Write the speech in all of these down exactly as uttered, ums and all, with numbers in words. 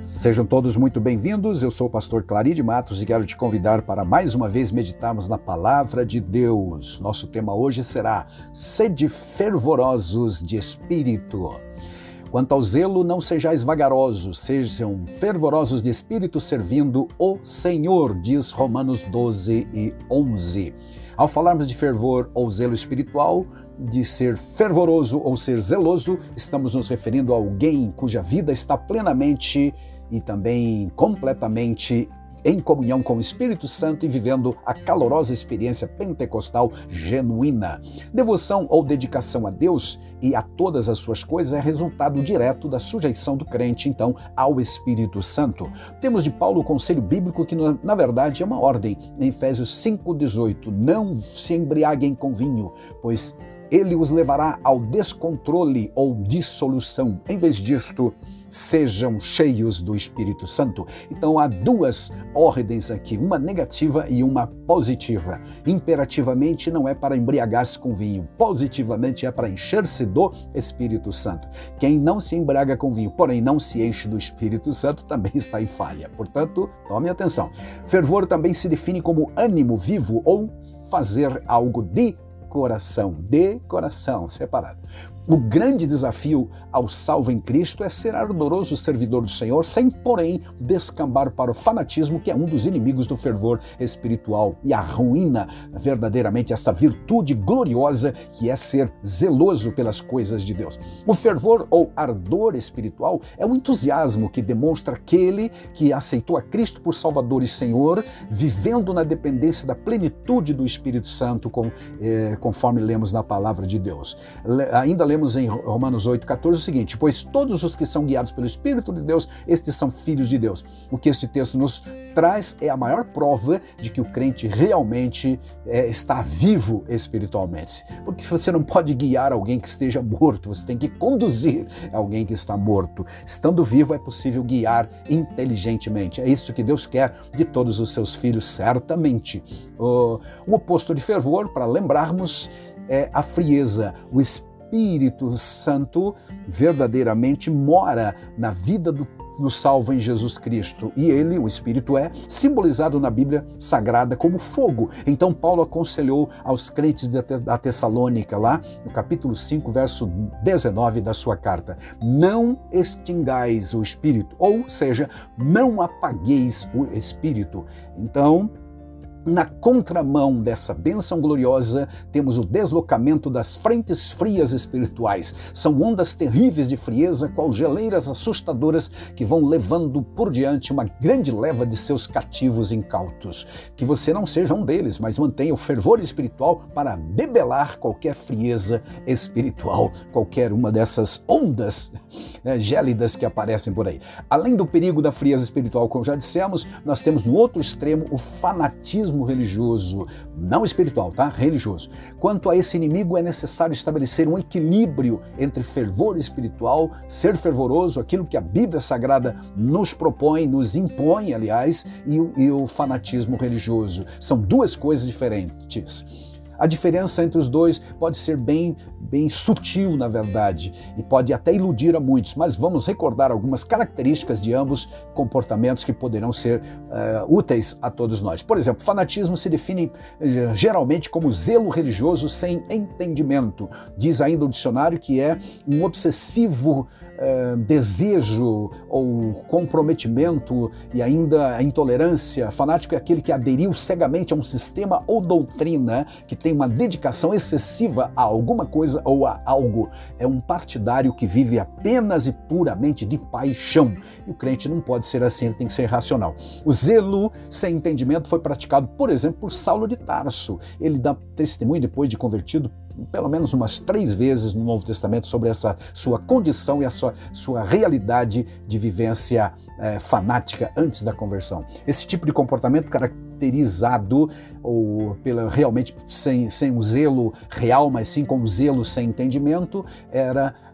Sejam todos muito bem-vindos, eu sou o pastor Claride Matos e quero te convidar para mais uma vez meditarmos na Palavra de Deus. Nosso tema hoje será Sede fervorosos de espírito. Quanto ao zelo, não sejais vagarosos, sejam fervorosos de espírito servindo o Senhor, diz Romanos doze e onze. Ao falarmos de fervor ou zelo espiritual, de ser fervoroso ou ser zeloso, estamos nos referindo a alguém cuja vida está plenamente e também completamente em comunhão com o Espírito Santo e vivendo a calorosa experiência pentecostal genuína. Devoção ou dedicação a Deus e a todas as suas coisas é resultado direto da sujeição do crente, então, ao Espírito Santo. Temos de Paulo o conselho bíblico que, na verdade, é uma ordem. Em Efésios cinco, dezoito, não se embriaguem com vinho, pois ele os levará ao descontrole ou dissolução. Em vez disto, sejam cheios do Espírito Santo. Então há duas ordens aqui, uma negativa e uma positiva. Imperativamente não é para embriagar-se com vinho, positivamente é para encher-se do Espírito Santo. Quem não se embriaga com vinho, porém não se enche do Espírito Santo, também está em falha. Portanto, tome atenção. Fervor também se define como ânimo vivo ou fazer algo de coração, de coração, separado. O grande desafio ao salvo em Cristo é ser ardoroso servidor do Senhor, sem, porém, descambar para o fanatismo, que é um dos inimigos do fervor espiritual e arruína verdadeiramente esta virtude gloriosa que é ser zeloso pelas coisas de Deus. O fervor ou ardor espiritual é um entusiasmo que demonstra aquele que aceitou a Cristo por Salvador e Senhor, vivendo na dependência da plenitude do Espírito Santo, com, eh, conforme lemos na Palavra de Deus. Le, ainda lemos em Romanos oito, catorze o seguinte: pois todos os que são guiados pelo Espírito de Deus, estes são filhos de Deus. O que este texto nos traz é a maior prova de que o crente realmente é, está vivo espiritualmente. Porque você não pode guiar alguém que esteja morto, você tem que conduzir alguém que está morto. Estando vivo é possível guiar inteligentemente. É isso que Deus quer de todos os seus filhos, certamente. O, o oposto de fervor, para lembrarmos, é a frieza. O Espírito Espírito Santo verdadeiramente mora na vida do, do salvo em Jesus Cristo. E ele, o Espírito, é simbolizado na Bíblia Sagrada como fogo. Então Paulo aconselhou aos crentes da Tessalônica, lá no capítulo cinco, verso dezenove da sua carta: não extingais o Espírito, ou seja, não apagueis o Espírito. Então, na contramão dessa bênção gloriosa, temos o deslocamento das frentes frias espirituais. São ondas terríveis de frieza, qual geleiras assustadoras que vão levando por diante uma grande leva de seus cativos incautos. Que você não seja um deles, mas mantenha o fervor espiritual para debelar qualquer frieza espiritual, qualquer uma dessas ondas né, gélidas que aparecem por aí. Além do perigo da frieza espiritual, como já dissemos, nós temos no outro extremo o fanatismo religioso, não espiritual, tá? Religioso. Quanto a esse inimigo, é necessário estabelecer um equilíbrio entre fervor espiritual, ser fervoroso, aquilo que a Bíblia Sagrada nos propõe, nos impõe, aliás, e o, e o fanatismo religioso. São duas coisas diferentes. A diferença entre os dois pode ser bem, bem sutil, na verdade, e pode até iludir a muitos, mas vamos recordar algumas características de ambos comportamentos que poderão ser uh, úteis a todos nós. Por exemplo, fanatismo se define uh, geralmente como zelo religioso sem entendimento. Diz ainda o dicionário que é um obsessivo Uh, desejo ou comprometimento e ainda a intolerância. Fanático é aquele que aderiu cegamente a um sistema ou doutrina, que tem uma dedicação excessiva a alguma coisa ou a algo. É um partidário que vive apenas e puramente de paixão. E o crente não pode ser assim, ele tem que ser racional. O zelo sem entendimento foi praticado, por exemplo, por Saulo de Tarso. Ele dá testemunho depois de convertido pelo menos umas três vezes no Novo Testamento sobre essa sua condição e a sua, sua realidade de vivência é, fanática antes da conversão. Esse tipo de comportamento caracterizado ou pela, realmente sem, sem um zelo real, mas sim com um zelo sem entendimento, era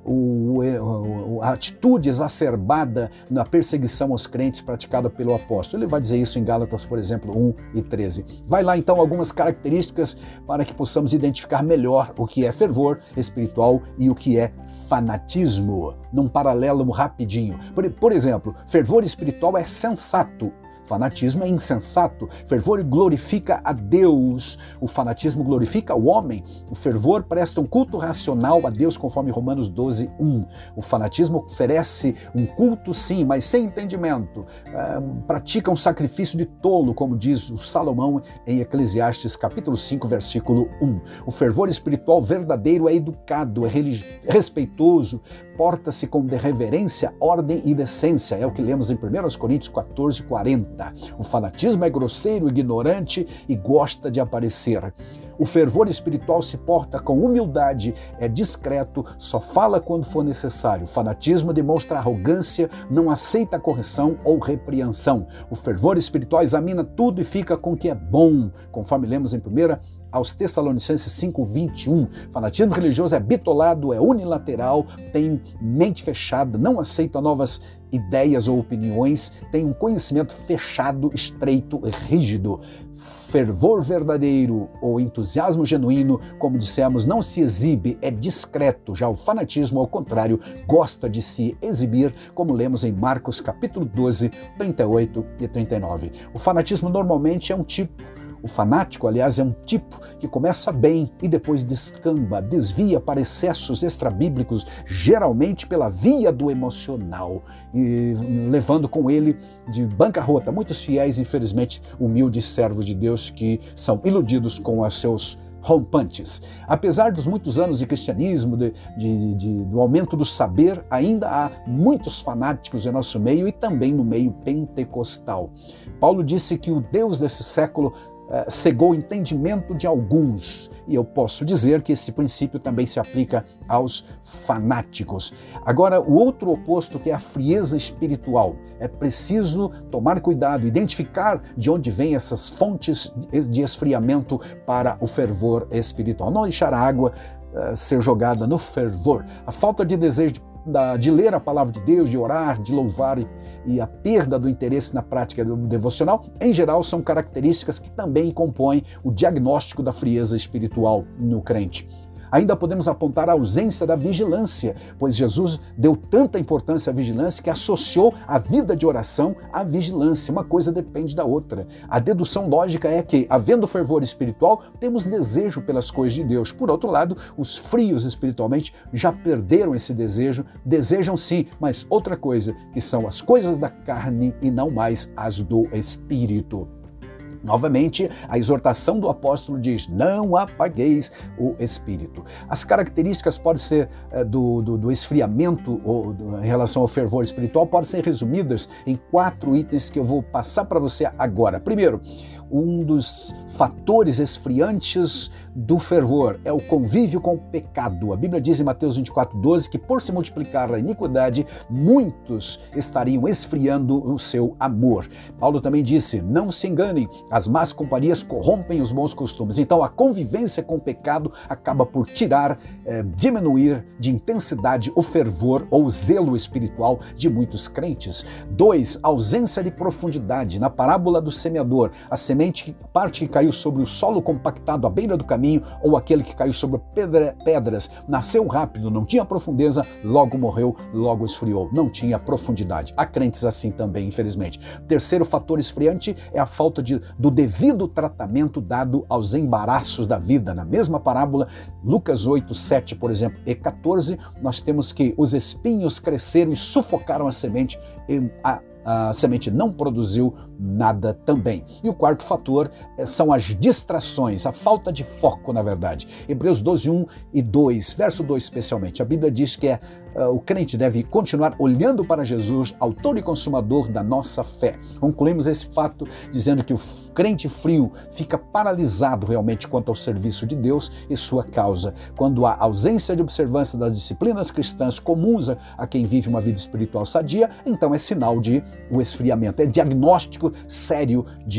o, o, a atitude exacerbada na perseguição aos crentes praticada pelo apóstolo. Ele vai dizer isso em Gálatas, por exemplo, um e treze. Vai lá então algumas características para que possamos identificar melhor o que é fervor espiritual e o que é fanatismo, num paralelo rapidinho. Por, por exemplo, fervor espiritual é sensato. Fanatismo é insensato. Fervor glorifica a Deus. O fanatismo glorifica o homem. O fervor presta um culto racional a Deus, conforme Romanos doze, um. O fanatismo oferece um culto, sim, mas sem entendimento. É, pratica um sacrifício de tolo, como diz o Salomão em Eclesiastes, capítulo cinco, versículo um. O fervor espiritual verdadeiro é educado, é respeitoso, porta-se com reverência, ordem e decência. É o que lemos em primeira Coríntios quatorze, quarenta. O fanatismo é grosseiro, ignorante e gosta de aparecer. O fervor espiritual se porta com humildade, é discreto, só fala quando for necessário. O fanatismo demonstra arrogância, não aceita correção ou repreensão. O fervor espiritual examina tudo e fica com o que é bom, conforme lemos em primeira aos Tessalonicenses cinco, vinte e um. Fanatismo religioso é bitolado, é unilateral, tem mente fechada, não aceita novas ideias ou opiniões, tem um conhecimento fechado, estreito e rígido. Fervor verdadeiro ou entusiasmo genuíno, como dissemos, não se exibe, é discreto. Já o fanatismo, ao contrário, gosta de se exibir, como lemos em Marcos capítulo doze, trinta e oito e trinta e nove. O fanatismo normalmente é um tipo O fanático, aliás, é um tipo que começa bem e depois descamba, desvia para excessos extrabíblicos, geralmente pela via do emocional, e levando com ele de bancarrota muitos fiéis, infelizmente, humildes servos de Deus que são iludidos com os seus rompantes. Apesar dos muitos anos de cristianismo, de, de, de, do aumento do saber, ainda há muitos fanáticos em nosso meio e também no meio pentecostal. Paulo disse que o Deus desse século Uh, cegou o entendimento de alguns, e eu posso dizer que esse princípio também se aplica aos fanáticos. Agora, o outro oposto, que é a frieza espiritual. É preciso tomar cuidado, identificar de onde vêm essas fontes de esfriamento para o fervor espiritual. Não deixar a água uh, ser jogada no fervor. A falta de desejo de Da, de ler a palavra de Deus, de orar, de louvar e, e a perda do interesse na prática do devocional, em geral, são características que também compõem o diagnóstico da frieza espiritual no crente. Ainda podemos apontar a ausência da vigilância, pois Jesus deu tanta importância à vigilância que associou a vida de oração à vigilância. Uma coisa depende da outra. A dedução lógica é que, havendo fervor espiritual, temos desejo pelas coisas de Deus. Por outro lado, os frios espiritualmente já perderam esse desejo, desejam sim, mas outra coisa, que são as coisas da carne e não mais as do Espírito. Novamente, a exortação do apóstolo diz: não apagueis o espírito. As características podem ser é, do, do, do esfriamento ou do, em relação ao fervor espiritual, podem ser resumidas em quatro itens que eu vou passar para você agora. Primeiro, um dos fatores esfriantes do fervor é o convívio com o pecado. A Bíblia diz em Mateus vinte e quatro, doze que por se multiplicar a iniquidade, muitos estariam esfriando o seu amor. Paulo também disse: não se enganem, as más companhias corrompem os bons costumes. Então a convivência com o pecado acaba por tirar, eh, diminuir de intensidade o fervor ou o zelo espiritual de muitos crentes. Dois, ausência de profundidade. Na parábola do semeador, a semente, a parte que caiu sobre o solo compactado à beira do caminho, ou aquele que caiu sobre pedra, pedras, nasceu rápido, não tinha profundeza, logo morreu, logo esfriou, não tinha profundidade. Há crentes assim também, infelizmente. Terceiro fator esfriante é a falta de, do devido tratamento dado aos embaraços da vida. Na mesma parábola, Lucas oito, sete, por exemplo, e quatorze, nós temos que os espinhos cresceram e sufocaram a semente, e a a semente não produziu nada também. E o quarto fator são as distrações, a falta de foco, na verdade. Hebreus doze, um e dois, verso dois especialmente, a Bíblia diz que é, uh, o crente deve continuar olhando para Jesus, autor e consumador da nossa fé. Concluímos esse fato dizendo que o crente frio fica paralisado realmente quanto ao serviço de Deus e sua causa. Quando há ausência de observância das disciplinas cristãs comuns a, a quem vive uma vida espiritual sadia, então é sinal de o esfriamento, é diagnóstico sério de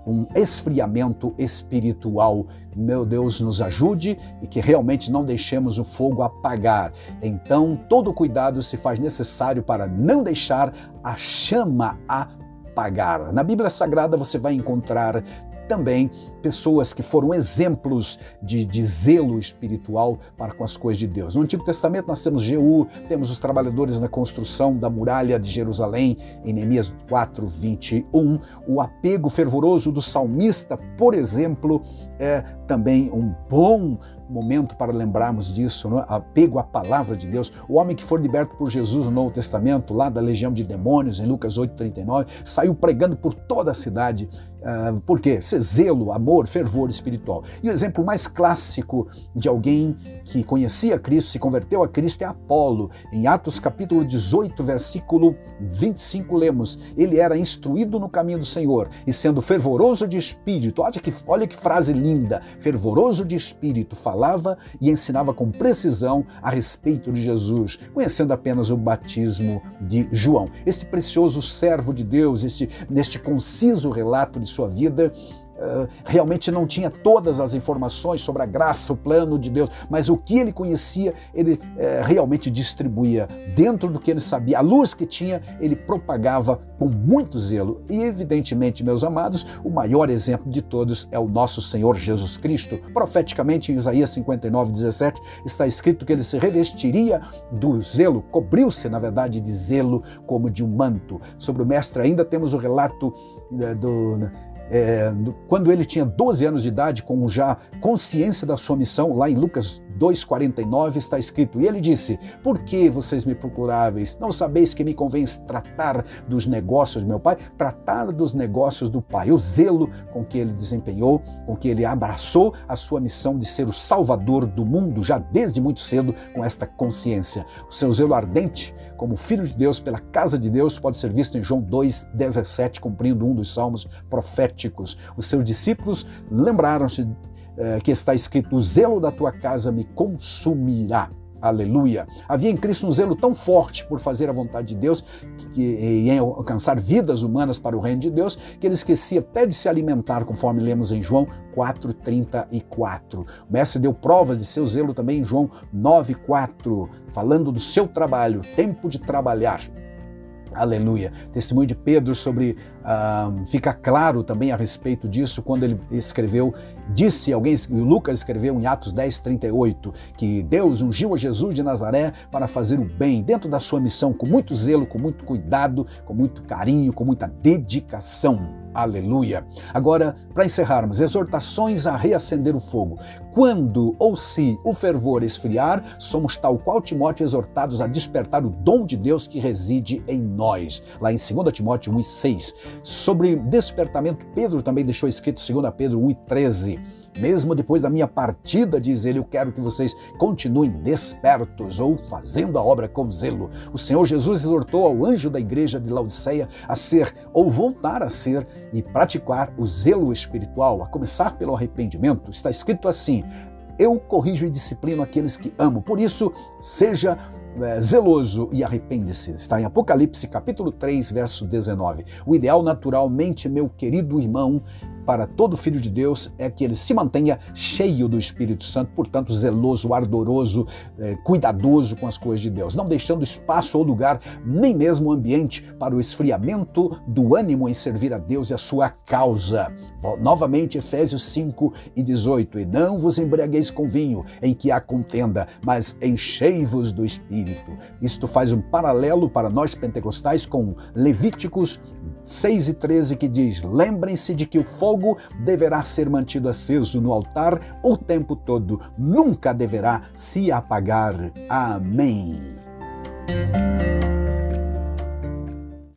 um esfriamento espiritual. Meu Deus, nos ajude e que realmente não deixemos o fogo apagar. Então, todo cuidado se faz necessário para não deixar a chama apagar. Na Bíblia Sagrada você vai encontrar também pessoas que foram exemplos de, de zelo espiritual para com as coisas de Deus. No Antigo Testamento nós temos Jeú, temos os trabalhadores na construção da muralha de Jerusalém, em Neemias quatro, vinte e um. O apego fervoroso do salmista, por exemplo, é também um bom momento para lembrarmos disso, não é? Apego à palavra de Deus. O homem que foi liberto por Jesus no Novo Testamento, lá da legião de demônios, em Lucas oito, trinta e nove, saiu pregando por toda a cidade. Uh, por quê? Ser zelo, amor, fervor espiritual. E o exemplo mais clássico de alguém que conhecia Cristo, se converteu a Cristo, é Apolo. Em Atos capítulo dezoito, versículo vinte e cinco, lemos: ele era instruído no caminho do Senhor e sendo fervoroso de espírito, olha que, olha que frase linda, fervoroso de espírito, falava e ensinava com precisão a respeito de Jesus, conhecendo apenas o batismo de João. Este precioso servo de Deus, este, neste conciso relato de sua vida, Uh, realmente não tinha todas as informações sobre a graça, o plano de Deus, mas o que ele conhecia, ele uh, realmente distribuía. Dentro do que ele sabia, a luz que tinha, ele propagava com muito zelo. E evidentemente, meus amados, o maior exemplo de todos é o nosso Senhor Jesus Cristo. Profeticamente, em Isaías cinquenta e nove, dezessete, está escrito que ele se revestiria do zelo, cobriu-se, na verdade, de zelo como de um manto. Sobre o mestre ainda temos o relato uh, do... É, quando ele tinha doze anos de idade, com já consciência da sua missão, lá em Lucas dois, quarenta e nove está escrito: e ele disse: por que vocês me procuráveis? Não sabeis que me convém tratar dos negócios do meu pai? Tratar dos negócios do pai. O zelo com que ele desempenhou, com que ele abraçou a sua missão de ser o salvador do mundo, já desde muito cedo, com esta consciência. O seu zelo ardente, como filho de Deus, pela casa de Deus, pode ser visto em João dois, dezessete, cumprindo um dos salmos proféticos. Os seus discípulos lembraram-se eh, que está escrito: o zelo da tua casa me consumirá. Aleluia! Havia em Cristo um zelo tão forte por fazer a vontade de Deus que, que, e em alcançar vidas humanas para o reino de Deus, que ele esquecia até de se alimentar, conforme lemos em João quatro, trinta e quatro. O mestre deu provas de seu zelo também em João nove, quatro, falando do seu trabalho, tempo de trabalhar. Aleluia. Testemunho de Pedro sobre, ah, fica claro também a respeito disso quando ele escreveu, disse alguém, o Lucas escreveu em Atos dez, trinta e oito, que Deus ungiu a Jesus de Nazaré para fazer o bem dentro da sua missão, com muito zelo, com muito cuidado, com muito carinho, com muita dedicação. Aleluia! Agora, para encerrarmos, exortações a reacender o fogo. Quando ou se o fervor esfriar, somos tal qual Timóteo exortados a despertar o dom de Deus que reside em nós. Lá em dois Timóteo um e seis. Sobre despertamento, Pedro também deixou escrito em dois Pedro um e treze. Mesmo depois da minha partida, diz ele, eu quero que vocês continuem despertos ou fazendo a obra com zelo. O Senhor Jesus exortou ao anjo da igreja de Laodiceia a ser ou voltar a ser e praticar o zelo espiritual, a começar pelo arrependimento. Está escrito assim: eu corrijo e disciplino aqueles que amo. Por isso, seja É, zeloso e arrepende-se. Está em Apocalipse capítulo três, verso dezenove. O ideal naturalmente, meu querido irmão, para todo filho de Deus é que ele se mantenha cheio do Espírito Santo, portanto zeloso, ardoroso, eh, cuidadoso com as coisas de Deus, não deixando espaço ou lugar, nem mesmo ambiente para o esfriamento do ânimo em servir a Deus e a sua causa. Novamente, Efésios cinco e dezoito, e não vos embriagueis com vinho, em que há contenda, mas enchei-vos do Espírito. Isto faz um paralelo para nós pentecostais com Levíticos seis e treze, que diz: lembrem-se de que o fogo deverá ser mantido aceso no altar o tempo todo, nunca deverá se apagar. Amém.